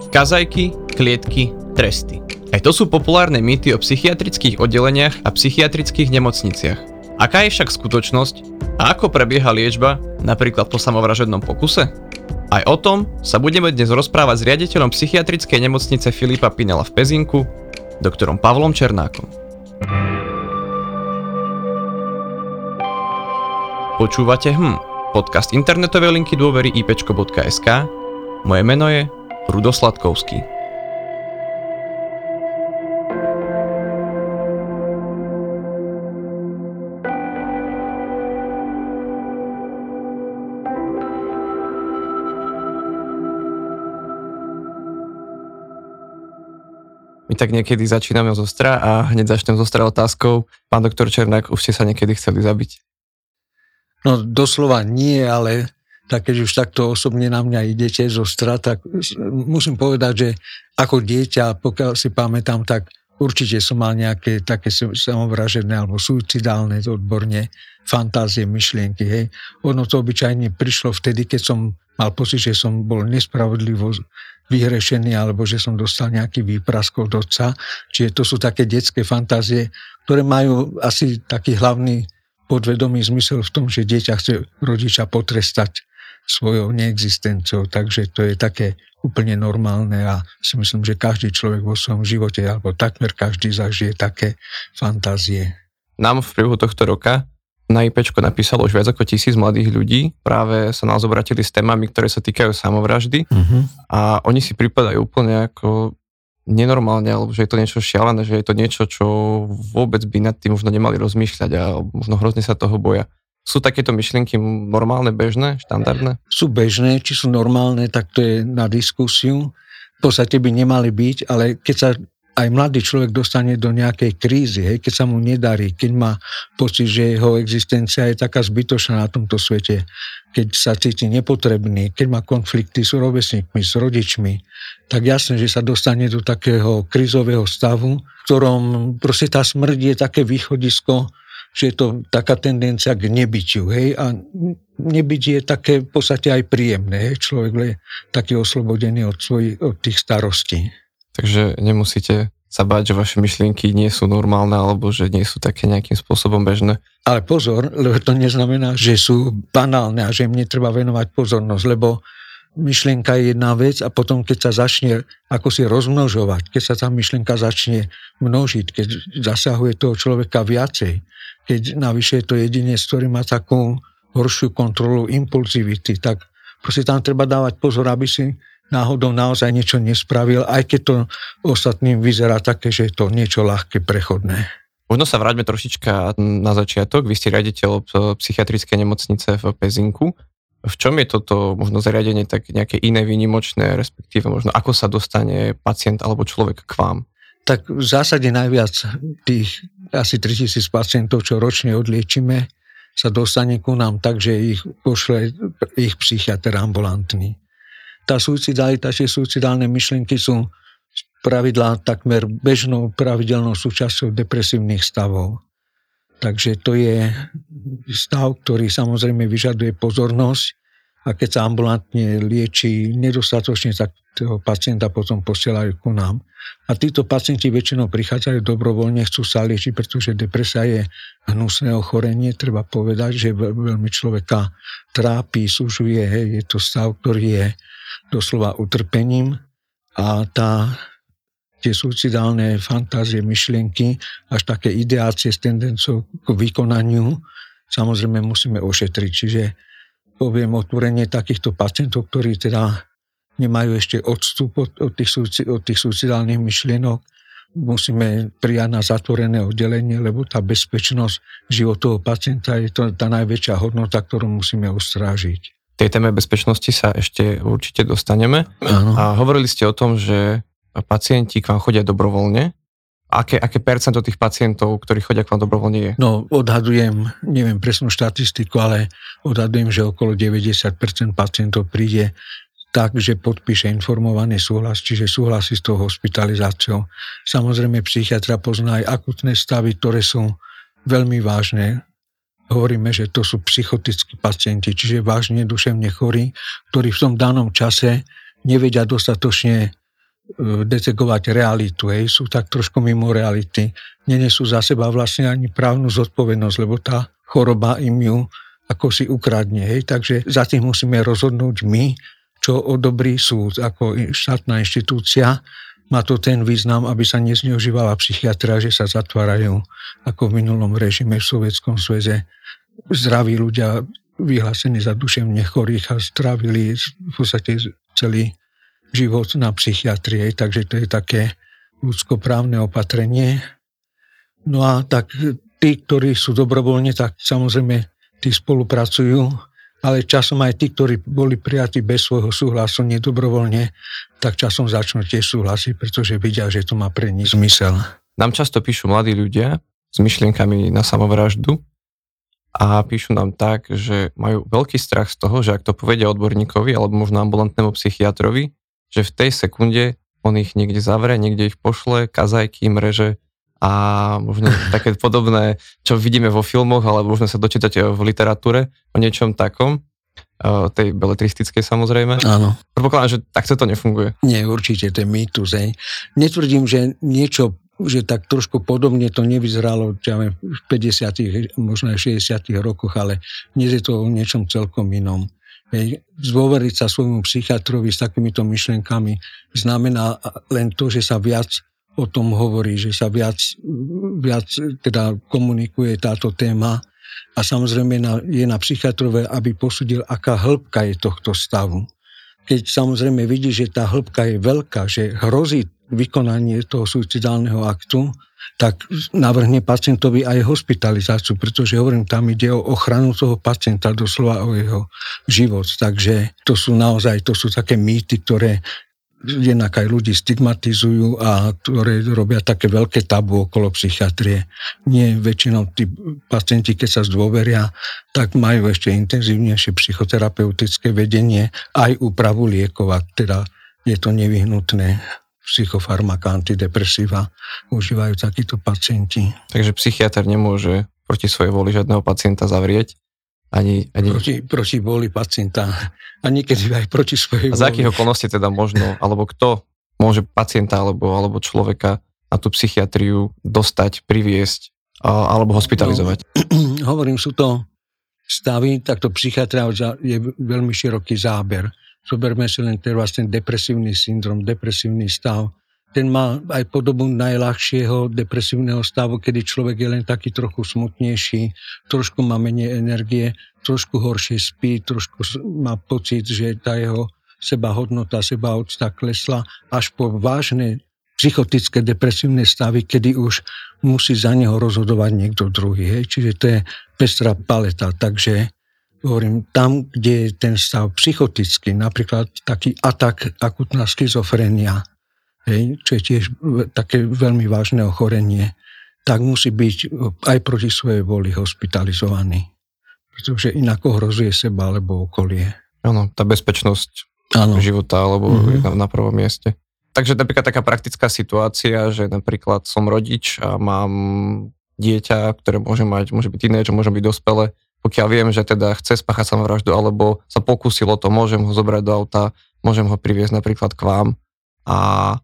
Kazajky, klietky, tresty. Aj to sú populárne mýty o psychiatrických oddeleniach a psychiatrických nemocniciach. Aká je však skutočnosť a ako prebieha liečba, napríklad po samovražednom pokuse? Aj o tom sa budeme dnes rozprávať s riaditeľom psychiatrickej nemocnice Filipa Pinela v Pezinku, doktorom Pavlom Černákom. Počúvate podcast internetovej linky dôvery ipčko.sk. Moje meno je Rudo Sladkovský. My tak niekedy začíname zo ostra a hneď začnem zo ostra otázkou. Pán doktor Černák, už ste sa niekedy chceli zabiť? No doslova nie, ale tak keď už takto osobne na mňa idete zo ostra, tak musím povedať, že ako dieťa, pokiaľ si pamätám, tak určite som mal nejaké také samovražedné alebo suicidálne odborne fantázie, myšlienky. Hej. Ono to obyčajne prišlo vtedy, keď som mal pocit, že som bol nespravodlivo vyhrešený alebo že som dostal nejaký výprask od otca. Čiže to sú také detské fantázie, ktoré majú asi taký hlavný podvedomý zmysel v tom, že dieťa chce rodiča potrestať svojou neexistenciou. Takže to je také úplne normálne a si myslím, že každý človek vo svojom živote alebo takmer každý zažije také fantázie. Nám v priebehu tohto roka na IPčko napísalo už viac ako 1000 mladých ľudí. Práve sa nás obratili s témami, ktoré sa týkajú samovraždy a oni si pripadajú úplne ako nenormálne, alebo že je to niečo šialené, že je to niečo, čo vôbec by nad tým možno nemali rozmýšľať a možno hrozne sa toho boja. Sú takéto myšlienky normálne, bežné, štandardné? Sú bežné, či sú normálne, tak to je na diskusiu. V podstate by nemali byť, ale keď sa aj mladý človek dostane do nejakej krízy, hej, keď sa mu nedarí, keď má pocit, že jeho existencia je taká zbytočná na tomto svete, keď sa cíti nepotrebný, keď má konflikty s rovesníkmi, s rodičmi, tak jasne, že sa dostane do takého krízového stavu, v ktorom proste tá smrť je také východisko, že je to taká tendencia k nebytiu, hej, a nebytie je také v podstate aj príjemné, hej, človek je taký oslobodený od tých starostí. Takže nemusíte sa báť, že vaše myšlienky nie sú normálne alebo že nie sú také nejakým spôsobom bežné. Ale pozor, lebo to neznamená, že sú banálne a že im netreba venovať pozornosť, lebo myšlienka je jedna vec a potom, keď sa začne ako si rozmnožovať, keď sa tá myšlienka začne množiť, keď zasahuje toho človeka viacej, keď navyše je to jedinec, ktorý má takú horšiu kontrolu impulzivity, tak proste tam treba dávať pozor, aby si náhodou naozaj niečo nespravil, aj keď to ostatným vyzerá také, že je to niečo ľahké, prechodné. Možno sa vráťme trošička na začiatok. Vy ste riaditeľ psychiatrickej nemocnice v Pezinku. V čom je toto možno zariadenie tak nejaké iné výnimočné, respektíve možno ako sa dostane pacient alebo človek k vám? Tak v zásade najviac tých asi 3000 pacientov, čo ročne odliečime, sa dostane ku nám tak, že ich pošle ich psychiatr ambulantný. Tá suicidalita, či suicidálne myšlienky sú pravidlá takmer bežnou pravidelnou súčasťou depresívnych stavov. Takže to je stav, ktorý samozrejme vyžaduje pozornosť a keď sa ambulantne lieči nedostatočne, tak toho pacienta potom posielajú ku nám. A títo pacienti väčšinou prichádzajú dobrovoľne, chcú sa liečiť, pretože depresia je hnusné ochorenie. Treba povedať, že veľmi človeka trápi, súžuje, je to stav, ktorý je doslova utrpením a tie suicidálne fantázie, myšlienky, až také ideácie s tendenciou k vykonaniu, samozrejme musíme ošetriť. Čiže poviem otvorenie takýchto pacientov, ktorí teda nemajú ešte odstup od tých suicidálnych myšlienok, musíme prijať na zatvorené oddelenie, lebo tá bezpečnosť života toho pacienta je to tá najväčšia hodnota, ktorú musíme ustrážiť. Tej téme bezpečnosti sa ešte určite dostaneme. Áno. A hovorili ste o tom, že pacienti k vám chodia dobrovoľne. Aké percento tých pacientov, ktorí chodia k vám dobrovoľne je? No, odhadujem, neviem presnú štatistiku, ale odhadujem, že okolo 90% pacientov príde tak, že podpíše informovaný súhlas, čiže súhlasí s tou hospitalizáciou. Samozrejme, psychiatra pozná aj akutné stavy, ktoré sú veľmi vážne. Hovoríme, že to sú psychotickí pacienti, čiže vážne duševne chorí, ktorí v tom danom čase nevedia dostatočne detekovať realitu, sú tak trošku mimo reality. Nenesú za seba vlastne ani právnu zodpovednosť, lebo tá choroba im ju ako si ukradne. Takže za tým musíme rozhodnúť my, čo odobrí súd ako štátna inštitúcia. Má to ten význam, aby sa nezneužívala psychiatria, že sa zatvárajú ako v minulom režime v Sovietskom zväze zdraví ľudia vyhlásení za duševne chorých a strávili v podstate celý život na psychiatrii, takže to je také ľudskoprávne opatrenie. No a tak tí, ktorí sú dobrovoľne, tak samozrejme tí spolupracujú, ale časom aj tí, ktorí boli prijatí bez svojho súhlasu nedobrovoľne, tak časom začnú tiež súhlasiť, pretože vidia, že to má pre nich zmysel. Nám často píšu mladí ľudia s myšlienkami na samovraždu a píšu nám tak, že majú veľký strach z toho, že ak to povedia odborníkovi alebo možno ambulantnému psychiatrovi, že v tej sekunde on ich niekde zavrie, niekde ich pošle, kazajky, mreže a možno také podobné, čo vidíme vo filmoch, alebo možno sa dočítať v literatúre o niečom takom, tej beletristickej samozrejme. Áno. Predpokladám, že takto to nefunguje. Nie, určite, to je mýtus. Netvrdím, že niečo, že tak trošku podobne to nevyzeralo v 50., možno aj 60. rokoch, ale dnes je to o niečom celkom inom. Zdôveriť sa svojmu psychiatrovi s takýmito myšlenkami znamená len to, že sa viac o tom hovorí, že sa viac teda komunikuje táto téma a samozrejme je na psychiatrove, aby posúdil, aká hĺbka je tohto stavu. Keď samozrejme vidí, že tá hĺbka je veľká, že hrozí vykonanie toho suicidálneho aktu, tak navrhne pacientovi aj hospitalizáciu, pretože hovorím, tam ide o ochranu toho pacienta, doslova o jeho život. Takže to sú také mýty, ktoré jednak aj ľudí stigmatizujú a ktoré robia také veľké tabu okolo psychiatrie. Nie väčšinou tí pacienti, keď sa zdôveria, tak majú ešte intenzívnejšie psychoterapeutické vedenie, aj úpravu liekov, a teda je to nevyhnutné. Psychofarmaka, antidepresíva užívajú takíto pacienti. Takže psychiatr nemôže proti svojej vôli žiadneho pacienta zavrieť? Ani... Proti vôli pacienta. A niekedy aj proti svojej vôli. A za akých okolností teda možno, alebo kto môže pacienta alebo človeka na tú psychiatriu dostať, priviesť alebo hospitalizovať? No, hovorím, sú to stavy, takto psychiatria je veľmi široký záber. Zoberme si len ten depresívny syndrom, depresívny stav. Ten má aj podobu najľahšieho depresívneho stavu, kedy človek je len taký trochu smutnejší, trošku má menej energie, trošku horšie spí, trošku má pocit, že tá jeho sebahodnota, sebaúcta klesla, až po vážne psychotické depresívne stavy, kedy už musí za neho rozhodovať niekto druhý. Čiže to je pestrá paleta. Takže hovorím, tam, kde je ten stav psychotický, napríklad taký atak, akutná schizofrénia, čo je tiež také veľmi vážne ochorenie, tak musí byť aj proti svojej vôli hospitalizovaný. Pretože inak ohrozuje seba alebo okolie. Áno, tá bezpečnosť života alebo na prvom mieste. Takže napríklad taká praktická situácia, že napríklad som rodič a mám dieťa, ktoré môže byť tínedžer, môže byť dospelé. Pokiaľ viem, že teda chce spáchať samovraždu alebo sa pokúsilo to, môžem ho zobrať do auta, môžem ho priviesť napríklad k vám a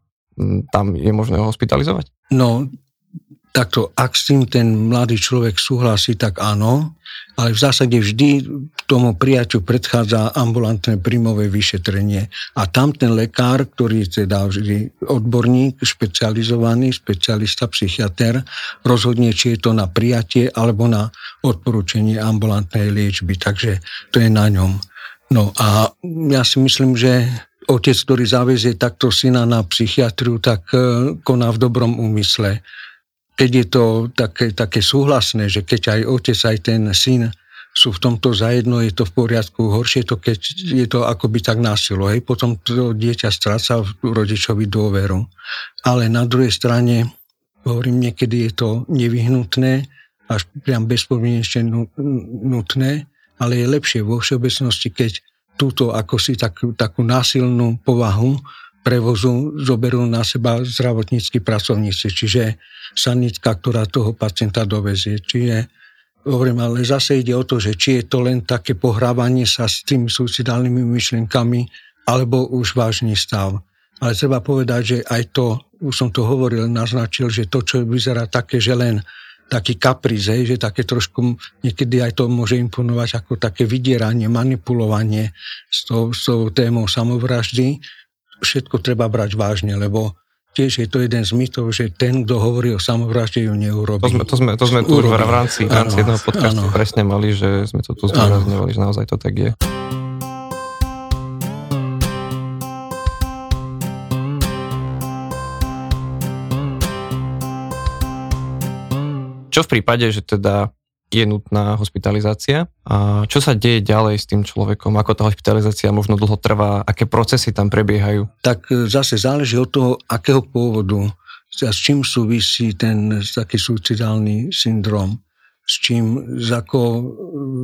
tam je možné ho hospitalizovať? No, takto, ak s tým ten mladý človek súhlasí, tak áno, ale v zásade vždy tomu prijaťu predchádza ambulantné príjmové vyšetrenie. A tam ten lekár, ktorý je teda vždy odborník, špecialista, psychiater, rozhodne, či je to na prijatie alebo na odporúčanie ambulantnej liečby. Takže to je na ňom. No a ja si myslím, že otec, ktorý záväzie takto syna na psychiatriu, tak koná v dobrom úmysle. Keď je to také súhlasné, že keď aj otec, aj ten syn sú v tomto zajedno, je to v poriadku. Horšie to, keď je to akoby tak násilo. Potom to dieťa stráca v rodičovi dôveru. Ale na druhej strane, hovorím, niekedy je to nevyhnutné, až priam bezpodmienečne nutné, ale je lepšie vo všeobecnosti, keď túto ako si takú násilnú povahu prevozu zoberú na seba zdravotníckí pracovníci, čiže sanitka, ktorá toho pacienta dovezie. Čiže hovorím, ale zase ide o to, že či je to len také pohrávanie sa s tými suicidálnymi myšlienkami, alebo už vážny stav. Ale treba povedať, že aj to, už som to hovoril, naznačil, že to, čo vyzerá také, že len taký kapriz, že také trošku, niekedy aj to môže imponovať ako také vydieranie, manipulovanie s tou témou samovraždy, všetko treba brať vážne, lebo tiež je to jeden z mýtov, že ten, kto hovorí o samovražde, ju neurobí. To sme tu v rámci jedného podcastu presne mali, že sme to tu zdôrazňovali, že naozaj to tak je. Čo v prípade, že teda je nutná hospitalizácia a čo sa deje ďalej s tým človekom, ako tá hospitalizácia možno dlho trvá, aké procesy tam prebiehajú? Tak zase záleží od toho, akého pôvodu, s čím súvisí ten taký suicidálny syndrom, s akou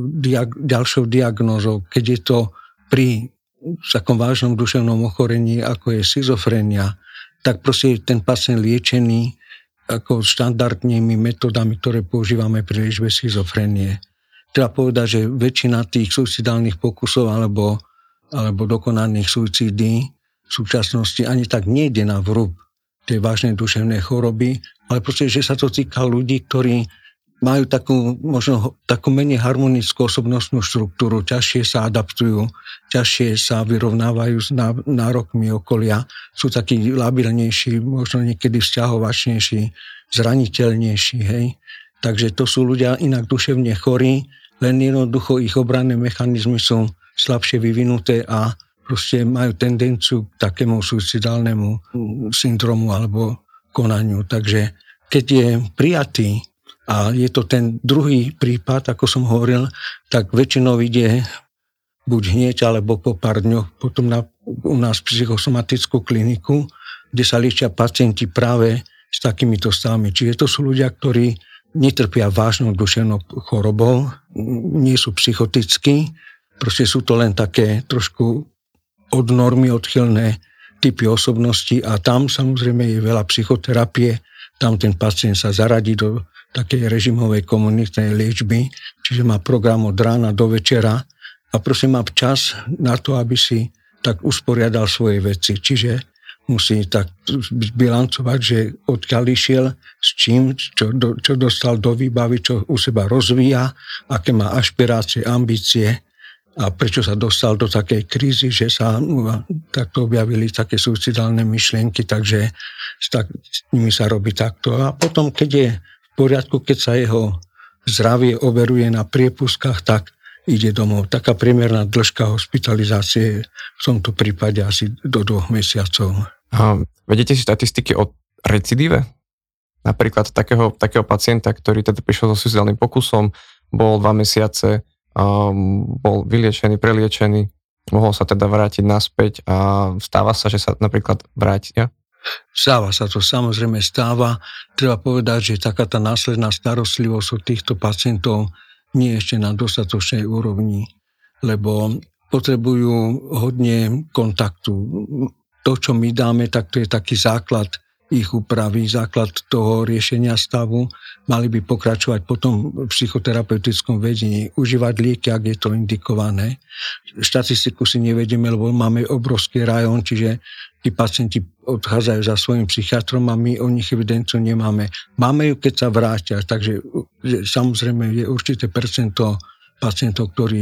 ďalšou diagnózou, keď je to pri takom vážnom duševnom ochorení, ako je schizofrénia, tak proste ten pacient liečený ako štandardnými metodami, ktoré používame pri liečbe schizofrénie. Treba povedať, že väčšina tých suicidálnych pokusov alebo dokonaných suicídy v súčasnosti ani tak nejde na vrub tej vážnej duševnej choroby, ale proste, že sa to týka ľudí, ktorí majú možno takú menej harmonickú osobnostnú štruktúru, ťažšie sa adaptujú, ťažšie sa vyrovnávajú s nárokmi okolia, sú takí labilnejší, možno niekedy vzťahovačnejší, zraniteľnejší, hej. Takže to sú ľudia inak duševne chorí, len jednoducho ich obranné mechanizmy sú slabšie vyvinuté a proste majú tendenciu k takému suicidálnemu syndromu alebo konaniu. Takže keď je prijatý a je to ten druhý prípad, ako som hovoril, tak väčšinou ide buď hneď, alebo po pár dňoch potom u nás psychosomatickú kliniku, kde sa liečia pacienti práve s takýmito stavmi. Čiže to sú ľudia, ktorí netrpia vážnou duševnou chorobou, nie sú psychotickí, proste sú to len také trošku od normy odchylné typy osobnosti a tam samozrejme je veľa psychoterapie, tam ten pacient sa zaradí do takej režimovej komunitnej liečby, čiže má program od rána do večera a prosím má čas na to, aby si tak usporiadal svoje veci. Čiže musí tak bilancovať, že odkiaľ išiel, s čím, čo dostal do výbavy, čo u seba rozvíja, aké má ašpirácie, ambície a prečo sa dostal do takej krízy, že sa takto objavili také suicidálne myšlienky, takže s nimi sa robí takto. A potom, keď je v poriadku, keď sa jeho zdravie overuje na priepuskách, tak ide domov. Taká priemerná dĺžka hospitalizácie v tomto prípade asi do 2 mesiacov. A vedete si štatistiky o recidíve? Napríklad takého pacienta, ktorý teda prišiel so suicidálnym pokusom, bol 2 mesiace, bol vyliečený, preliečený, mohol sa teda vrátiť naspäť a stáva sa, že sa napríklad vráti, ja? Stáva sa to, samozrejme stáva. Treba povedať, že taká tá následná starostlivosť od týchto pacientov nie je ešte na dostatočnej úrovni, lebo potrebujú hodne kontaktu. To, čo my dáme, tak to je taký základ ich úpravy, základ toho riešenia stavu. Mali by pokračovať potom v psychoterapeutickom vedení, užívať lieky, ak je to indikované. Štatistiku si nevedieme, lebo máme obrovský rajón, čiže tí pacienti odchádzajú za svojím psychiatrom a my o nich evidenciu nemáme. Máme ju, keď sa vrátia, takže samozrejme je určité percento pacientov, ktorí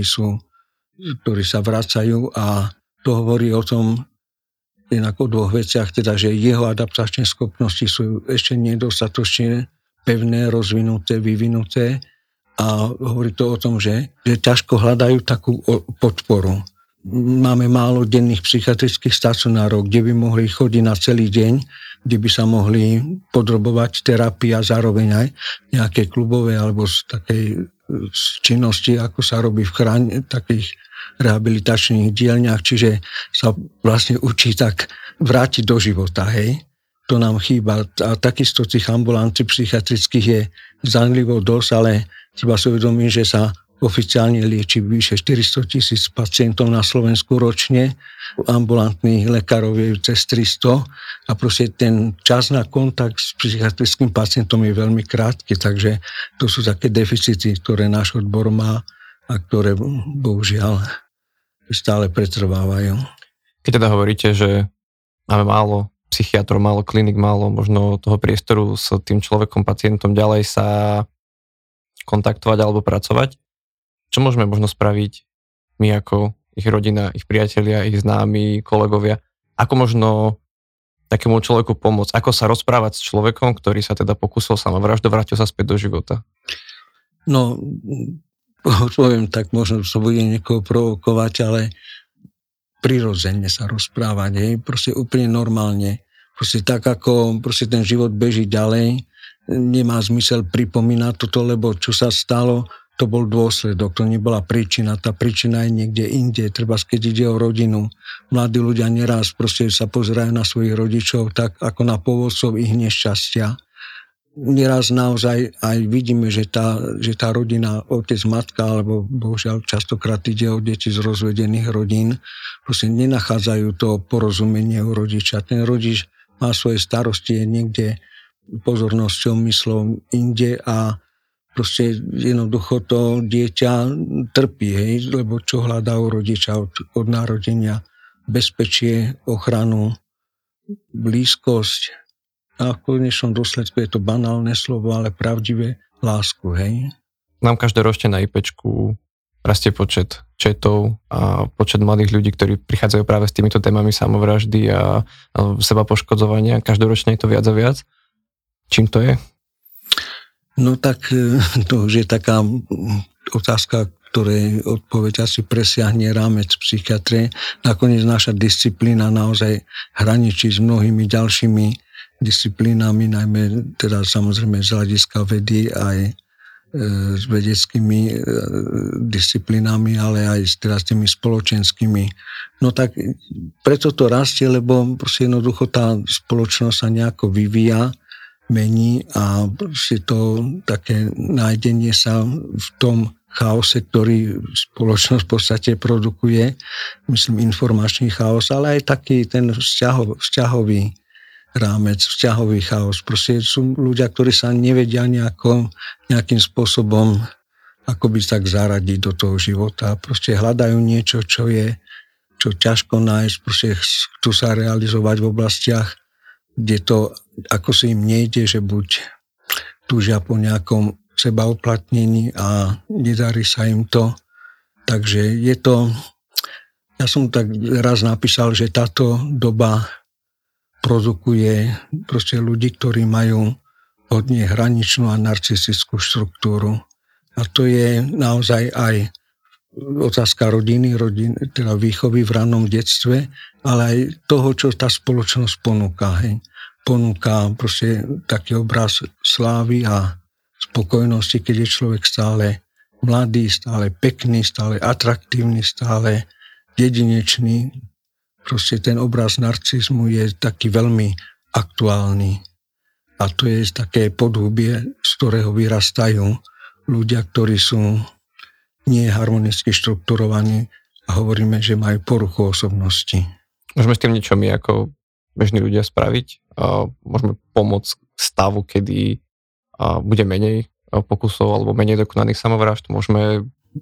sa vracajú a to hovorí o tom, inak o 2 veciach, teda, že jeho adaptačné schopnosti sú ešte nedostatočne pevné, rozvinuté, vyvinuté a hovorí to o tom, že ťažko hľadajú takú podporu. Máme málo denných psychiatrických stacionárov, kde by mohli chodiť na celý deň, kde by sa mohli podrobovať terapii a zároveň aj nejaké klubové alebo z takej činnosti, ako sa robí v takých rehabilitačných dielňach, čiže sa vlastne učí tak vrátiť do života, hej. To nám chýba. A takisto tých ambulancií psychiatrických je zanlivo dosť, ale treba si uvedomiť, že sa oficiálne lieči vyše 400,000 pacientov na Slovensku ročne. Ambulantných lekárov je cez 300 a proste ten čas na kontakt s psychiatrickým pacientom je veľmi krátky, takže to sú také deficity, ktoré náš odbor má a ktoré bohužiaľ stále pretrvávajú. Keď teda hovoríte, že máme málo psychiatrov, málo klinik, málo možno toho priestoru s tým človekom, pacientom ďalej sa kontaktovať alebo pracovať. Čo môžeme možno spraviť my ako ich rodina, ich priatelia, ich známi, kolegovia? Ako možno takému človeku pomôcť? Ako sa rozprávať s človekom, ktorý sa teda pokúsil samovraždu, vrátil sa späť do života? No, poviem tak, možno to bude niekoho provokovať, ale prirodzene sa rozprávať, proste úplne normálne. Proste tak, ako proste ten život beží ďalej, nemá zmysel pripomínať toto, lebo čo sa stalo, to bol dôsledok, to nebola príčina. Tá príčina je niekde inde. Treba, keď ide o rodinu. Mladí ľudia neraz proste sa pozerajú na svojich rodičov tak, ako na pôvodcov ich nešťastia. Neraz naozaj aj vidíme, že tá rodina, otec, matka, alebo bohužiaľ častokrát ide o deti z rozvedených rodín, proste nenachádzajú to porozumenie u rodiča. Ten rodič má svoje starosti, je niekde pozornosťou, myslou inde a proste jednoducho to dieťa trpí, lebo čo hľadá u rodiča od narodenia? Bezpečie, ochranu, blízkosť. A v konečnom dôsledku je to banálne slovo, ale pravdivé lásku, Nám každoročne na IPčku rastie počet chatov a počet mladých ľudí, ktorí prichádzajú práve s týmito témami samovraždy a seba poškodzovania. Každoročne je to viac a viac. Čím to je? No tak to už je taká otázka, ktorej odpoveď asi presiahne rámec psychiatrie. Nakoniec naša disciplína naozaj hraničí s mnohými ďalšími disciplínami, najmä teda samozrejme z hľadiska vedy aj s vedeckými disciplínami, ale aj teda s tými spoločenskými. No tak preto to rastie, lebo proste jednoducho tá spoločnosť sa nejako vyvíja, mení a proste to také nájdenie sa v tom chaose, ktorý spoločnosť v podstate produkuje, myslím informačný chaos, ale aj taký ten vzťahový rámec, vzťahový chaos. Proste sú ľudia, ktorí sa nevedia nejakým spôsobom akoby tak zaradiť do toho života. Proste hľadajú niečo, čo ťažko nájsť, proste chcú sa realizovať v oblastiach, kde to ako si im nejde, že buď túžia po nejakom sebauplatnení a nedarí sa im to. Takže je to, ja som tak raz napísal, že táto doba produkuje proste ľudí, ktorí majú hodne hraničnú a narcistickú štruktúru. A to je naozaj aj otázka rodiny, teda výchovy v ranom detstve, ale aj toho, čo tá spoločnosť ponúka. Ponúka proste taký obraz slávy a spokojnosti, keď je človek stále mladý, stále pekný, stále atraktívny, stále jedinečný. Proste ten obraz narcizmu je taký veľmi aktuálny. A to je také podhubie, z ktorého vyrastajú ľudia, ktorí sú nie harmonicky štrukturovaní a hovoríme, že majú poruchu osobnosti. Môžeme s tým niečo my ako bežní ľudia spraviť? Môžeme pomôcť stavu, kedy bude menej pokusov alebo menej dokonaných samovrážd? Môžeme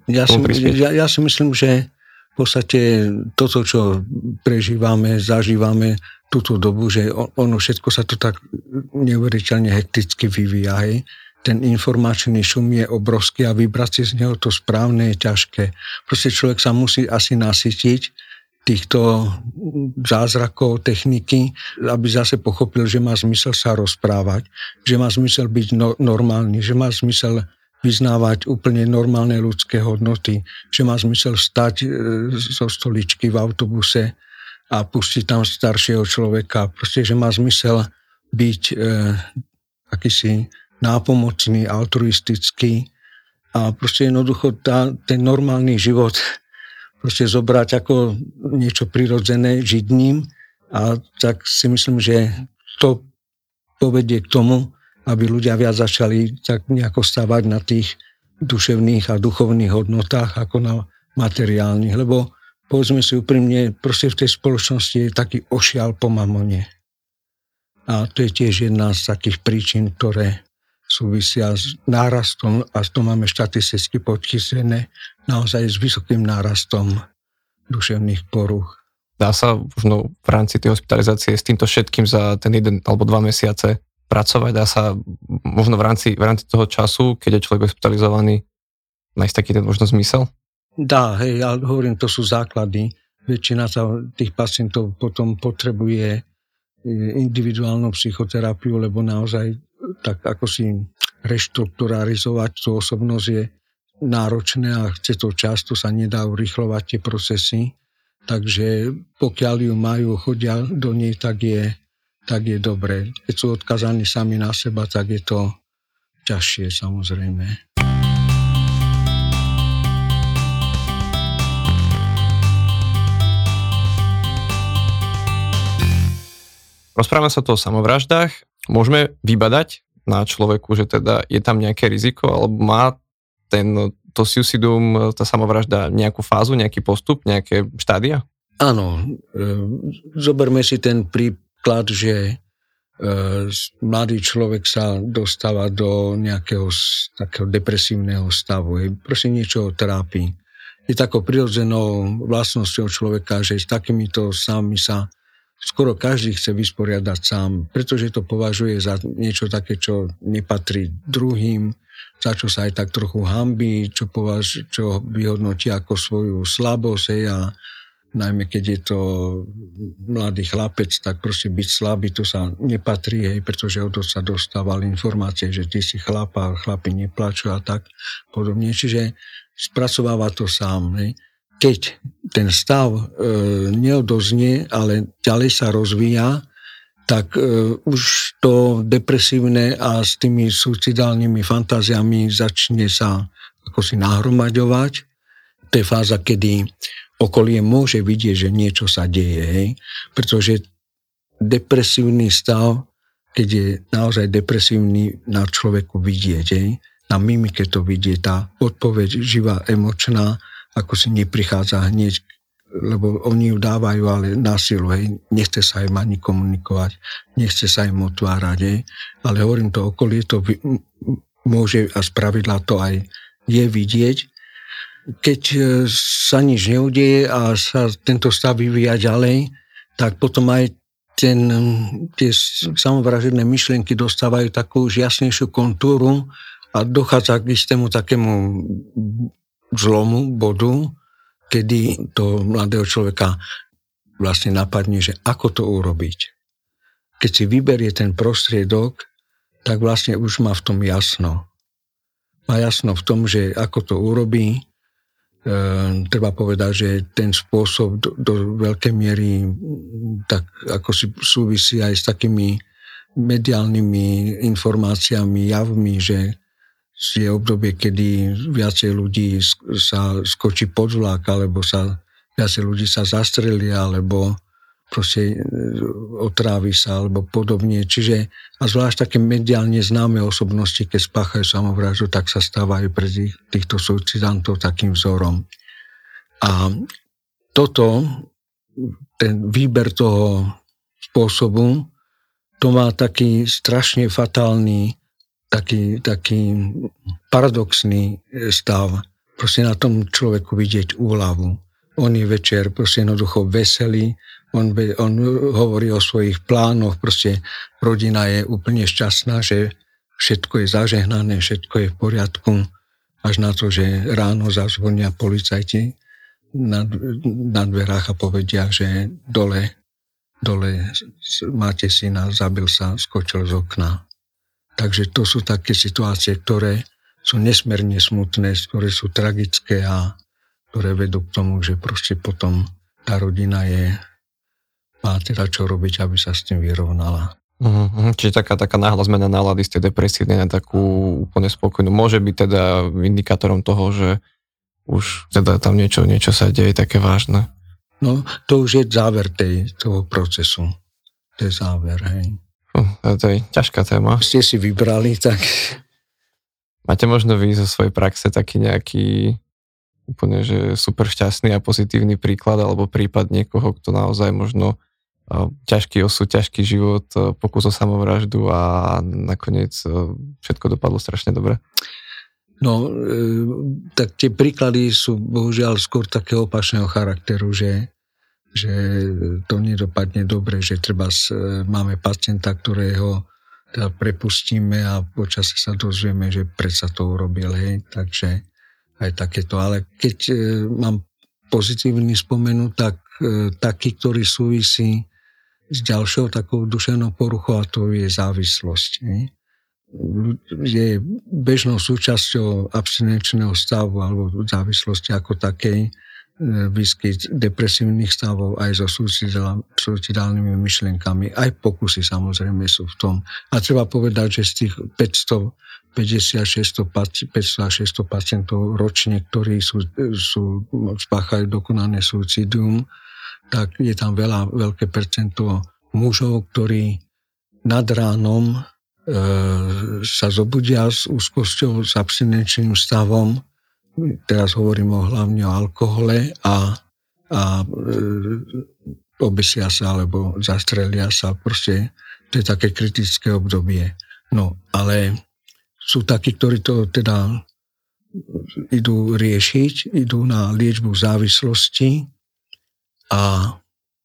ja si myslím, že v podstate toto, čo prežívame, zažívame túto dobu, že ono všetko sa to tak neuveriteľne hekticky vyvíja. Ten informačný šum je obrovský a vybrať si z neho to správne je ťažké. Proste človek sa musí asi nasytiť týchto zázrakov, techniky, aby zase pochopil, že má zmysel sa rozprávať, že má zmysel byť normálny, že má zmysel vyznávať úplne normálne ľudské hodnoty, že má zmysel vstať zo stoličky v autobuse a pustiť tam staršieho človeka. Proste, že má zmysel byť akýsi nápomocný, altruistický a proste jednoducho ten normálny život proste zobrať ako niečo prirodzené, žiť ním a tak si myslím, že to povedie k tomu, aby ľudia viac začali tak nejako stavať na tých duševných a duchovných hodnotách ako na materiálnych, lebo povedzme si úprimne, proste v tej spoločnosti je taký ošial po mamone. A to je tiež jedna z takých príčin, ktoré súvisia s nárastom, a to máme štatisticky podchysené, naozaj s vysokým nárastom duševných poruch. Dá sa možno v rámci tej hospitalizácie s týmto všetkým za ten 1 alebo 2 mesiace pracovať? Dá sa možno v rámci toho času, keď je človek hospitalizovaný, nájsť taký ten možno zmysel? Dá, hej, ale hovorím, to sú základy. Väčšina tých pacientov potom potrebuje individuálnu psychoterapiu, lebo naozaj tak ako si reštrukturalizovať tú osobnosť je náročné a chce to čas, to sa nedá urýchlovať tie procesy. Takže pokiaľ ju majú, chodia do nej, tak je dobre. Keď sú odkazaní sami na seba, tak je to ťažšie samozrejme. Rozprávame sa tu o samovraždách. Môžeme vybadať na človeku, že teda je tam nejaké riziko, alebo má to suicidum, tá samovražda nejakú fázu, nejaký postup, nejaké štádia? Áno. Zoberme si ten príklad, že mladý človek sa dostáva do nejakého takého depresívneho stavu. Prosím, niečo ho trápi. Je takou prirodzenou vlastnosťou človeka, že s takýmito sami sa skoro každý chce vysporiadať sám, pretože to považuje za niečo také, čo nepatrí druhým, za čo sa aj tak trochu hanbí, čo vyhodnotí ako svoju slabosť a najmä keď je to mladý chlapec, tak proste byť slabý, to sa nepatrí, pretože od sa dostávali informácie, že ty si chlap a chlapi neplačú a tak podobne. Čiže spracováva to sám. Keď ten stav neodoznie, ale ďalej sa rozvíja, tak už to depresívne a s tými suicidálnymi fantáziami začne sa ako si nahromaďovať. To je fáza, kedy okolie môže vidieť, že niečo sa deje, pretože depresívny stav, keď je naozaj depresívny, na človeku vidieť, na mimike to vidie, tá odpoveď živá, emočná, ako si neprichádza hneď, lebo oni ju dávajú, ale na silu, nechce sa im ani komunikovať, nechce sa im otvárať, ale hovorím, to okolie to môže a spravidla to aj je vidieť. Keď sa nič neudeje a sa tento stav vyvíja ďalej, tak potom aj tie samovražedné myšlienky dostávajú takú už jasnejšiu kontúru a dochádza k istému takému zlomu, bodu, kedy to mladého človeka vlastne napadne, že ako to urobiť. Keď si vyberie ten prostriedok, tak vlastne už má v tom jasno. Má jasno v tom, že ako to urobí. Treba povedať, že ten spôsob do veľkej miery tak ako si súvisí aj s takými mediálnymi informáciami, javmi, že je obdobie, kedy viacej ľudí sa skočí pod vlak, alebo viacej ľudí sa zastrelia, alebo proste otrávi sa, alebo podobne. Čiže, a zvlášť také mediálne známe osobnosti, keď spáchajú samovraždu, tak sa stávajú pre týchto suicidantov takým vzorom. A toto, ten výber toho spôsobu, to má taký strašne fatálny, taký paradoxný stav. Proste na tom človeku vidieť úľavu. On je večer proste jednoducho veselý, on hovorí o svojich plánoch, proste rodina je úplne šťastná, že všetko je zažehnané, všetko je v poriadku, až na to, že ráno zazvonia policajti na dverách a povedia, že dole máte syna, zabil sa, skočil z okna. Takže to sú také situácie, ktoré sú nesmierne smutné, ktoré sú tragické a ktoré vedú k tomu, že proste potom tá rodina má teda čo robiť, aby sa s tým vyrovnala. Čiže taká náhla zmena nálady z tej depresívnej na takú úplne spokojnú môže byť teda indikátorom toho, že už teda tam niečo sa deje také vážne. No, to už je záver toho procesu. To je záver, hej. To je ťažká téma. Ste si vybrali, tak... Máte možno vy zo svojej praxe taký nejaký úplne, že super šťastný a pozitívny príklad alebo prípad niekoho, kto naozaj možno ťažký osud, ťažký život, pokus o samovraždu a nakoniec všetko dopadlo strašne dobre? No, tak tie príklady sú bohužiaľ skôr takého opačného charakteru, že že to nedopadne dobre, že treba máme pacienta, ktorého teda prepustíme a počasie sa dozvieme, že predsa to urobil, hej, takže aj takéto. Ale keď mám pozitívny spomenu, tak taký, ktorý súvisí s ďalšou takou duševnou poruchou, a to je závislosť. Hej. Je bežnou súčasťou abstinenčného stavu alebo závislosti ako takej výskyt depresívnych stavov aj so suicidálnymi myšlienkami. Aj pokusy samozrejme sú v tom. A treba povedať, že z tých 500 a 600 pacientov ročne, ktorí spáchajú dokonané suicidium, tak je tam veľké percento mužov, ktorí nad ránom sa zobudia s úzkosťou, s abstinenčným stavom. Teraz hovorím hlavne o alkohole a obesia sa alebo zastrelia sa. Proste to je také kritické obdobie. No, ale sú takí, ktorí to teda idú riešiť, idú na liečbu závislosti a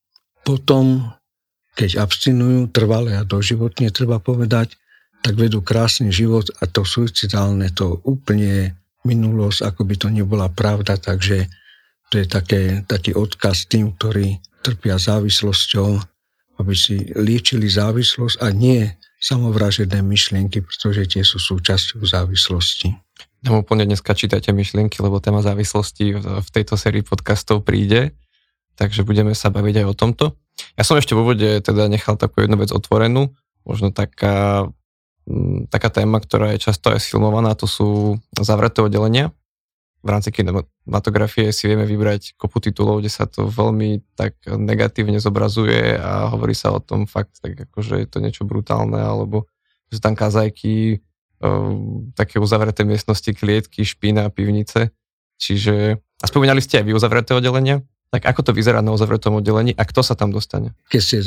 potom, keď abstinujú trvale a doživotne, treba povedať, tak vedú krásny život a to suicidálne to úplne minulosť, ako by to nebola pravda, takže to je taký odkaz tým, ktorí trpia závislosťou, aby si liečili závislosť a nie samovražedné myšlienky, pretože tie sú súčasťou závislosti. Nám úplne dneska čítajte myšlienky, lebo téma závislosti v tejto sérii podcastov príde, takže budeme sa baviť aj o tomto. Ja som ešte v úvode teda nechal takú jednu vec otvorenú, možno taká téma, ktorá je často aj sfilmovaná, to sú zavreté oddelenia. V rámci kinematografie si vieme vybrať kopu titulov, kde sa to veľmi tak negatívne zobrazuje a hovorí sa o tom fakt tak ako, že je to niečo brutálne, alebo že tam kazajky, také uzavreté miestnosti, klietky, špína, pivnice. Čiže, a spomínali ste aj vy uzavreté oddelenia? Tak ako to vyzerá na uzavretom oddelení a kto sa tam dostane? Keď ste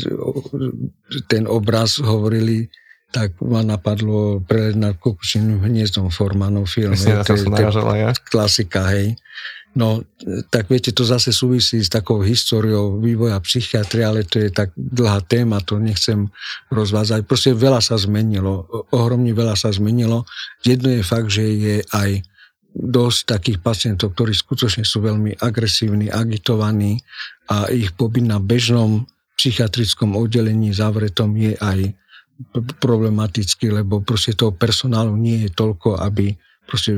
ten obraz hovorili, tak ma napadlo Prelet nad Kukučiným hniezdom, Formanov film. Myslím, to je ja. Klasika, hej. No, tak viete, to zase súvisí s takou históriou vývoja psychiatrie, ale to je tak dlhá téma, to nechcem rozvázať. Proste veľa sa zmenilo, ohromne veľa sa zmenilo. Jedno je fakt, že je aj dosť takých pacientov, ktorí skutočne sú veľmi agresívni, agitovaní a ich pobyt na bežnom psychiatrickom oddelení zavretom je aj problematický, lebo proste toho personálu nie je toľko, aby proste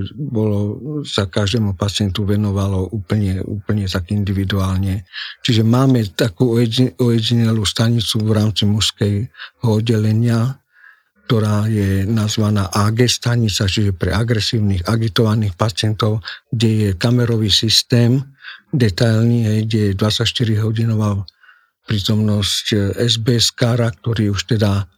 sa každému pacientu venovalo úplne tak individuálne. Čiže máme takú ojedinelú stanicu v rámci mužského oddelenia, ktorá je nazvaná AG stanica, čiže pre agresívnych, agitovaných pacientov, kde je kamerový systém detailný, kde je 24-hodinová prítomnosť SBS-kára, ktorý už teda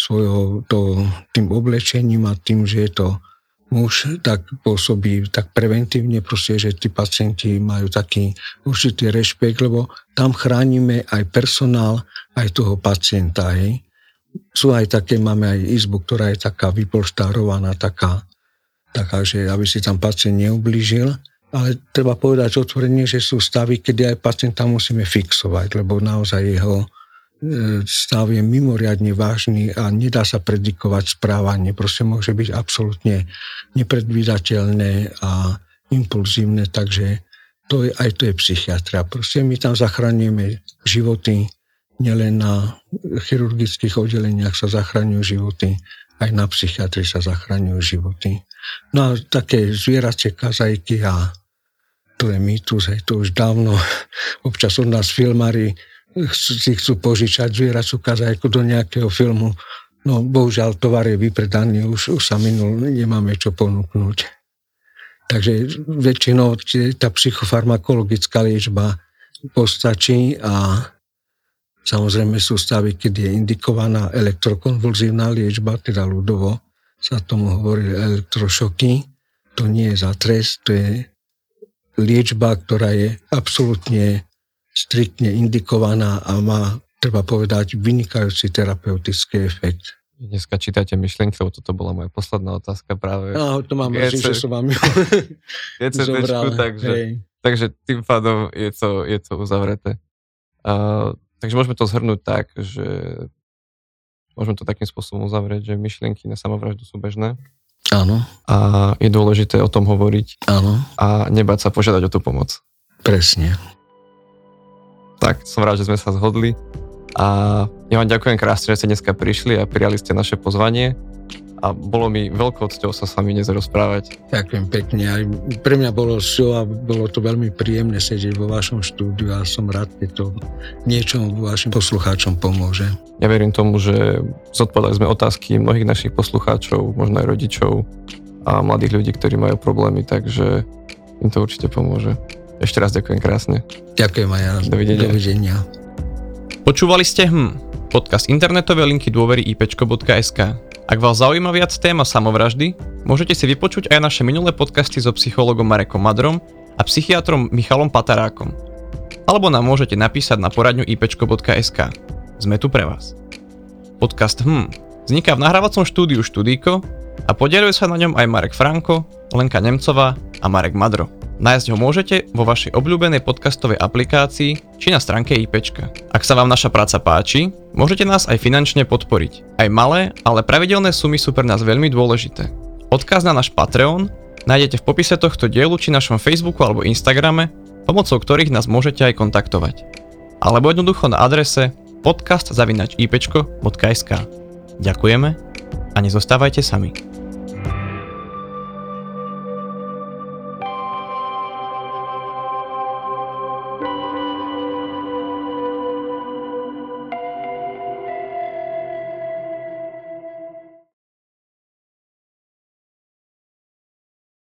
tým oblečením a tým, že je to muž, tak pôsobí tak preventívne proste, že tí pacienti majú taký určitý rešpekt, lebo tam chránime aj personál, aj toho pacienta. Hej. Sú aj také, máme aj izbu, ktorá je taká vypolštárovaná, taká, že aby si tam pacient neublížil, ale treba povedať otvorene, že sú stavy, kedy aj pacienta musíme fixovať, lebo naozaj jeho stav je mimoriadne vážny a nedá sa predikovať správanie. Proste môže byť absolútne nepredvídateľné a impulzívne, takže to je psychiatria. Proste my tam zachraňujeme životy, nielen na chirurgických oddeleniach sa zachraňujú životy, aj na psychiatrii sa zachraňujú životy. No a také zvieracie kazajky a to je mýtus, to už dávno občas od nás filmári si chcú požičať zvieracú kazajku do nejakého filmu. No bohužiaľ tovar je vypredaný, už sa minul, nemáme čo ponúknuť. Takže väčšinou tá psychofarmakologická liečba postačí a samozrejme sú stavy, keď je indikovaná elektrokonvulzívna liečba, teda ľudovo sa tomu hovorí elektrošoky. To nie je za trest, to je liečba, ktorá je absolútne striktne indikovaná a má, treba povedať, vynikajúci terapeutický efekt. Dneska čítate myšlienky, lebo toto bola moja posledná otázka práve. No, to mám mrzí, že som vám zobral. Takže tým pádom je to uzavreté. Takže môžeme to zhrnúť tak, že môžeme to takým spôsobom uzavrieť, že myšlienky na samovraždu sú bežné. Áno. A je dôležité o tom hovoriť. Áno. A nebáť sa požiadať o tú pomoc. Presne. Tak, som rád, že sme sa zhodli. A ja vám ďakujem krásne, že ste dneska prišli a prijali ste naše pozvanie. A bolo mi veľkou cťou sa s vami dnes rozprávať. Ďakujem pekne. Aj pre mňa bolo cťou a bolo to veľmi príjemné sedieť vo vašom štúdiu a som rád, keď to niečom vašim poslucháčom pomôže. Ja verím tomu, že zodpovedali sme otázky mnohých našich poslucháčov, možno aj rodičov a mladých ľudí, ktorí majú problémy, takže im to určite pomôže. Ešte raz ďakujem krásne. Ďakujem aj ja. Dovidenia. Počúvali ste podcast internetové linky dôvery ipčko.sk. Ak vás zaujíma viac téma samovraždy, môžete si vypočuť aj naše minulé podcasty so psychologom Marekom Madrom a psychiatrom Michalom Patarákom. Alebo nám môžete napísať na poradňu ipčko.sk. Sme tu pre vás. Podcast vzniká v nahrávacom štúdiu Štúdíko a podieľuje sa na ňom aj Marek Franko, Lenka Nemcová a Marek Madro. Nájsť ho môžete vo vašej obľúbenej podcastovej aplikácii či na stránke IPčka. Ak sa vám naša práca páči, môžete nás aj finančne podporiť. Aj malé, ale pravidelné sumy sú pre nás veľmi dôležité. Odkaz na náš Patreon nájdete v popise tohto dielu či našom Facebooku alebo Instagrame, pomocou ktorých nás môžete aj kontaktovať. Alebo jednoducho na adrese podcast@ipčko.sk. Ďakujeme a nezostávajte sami.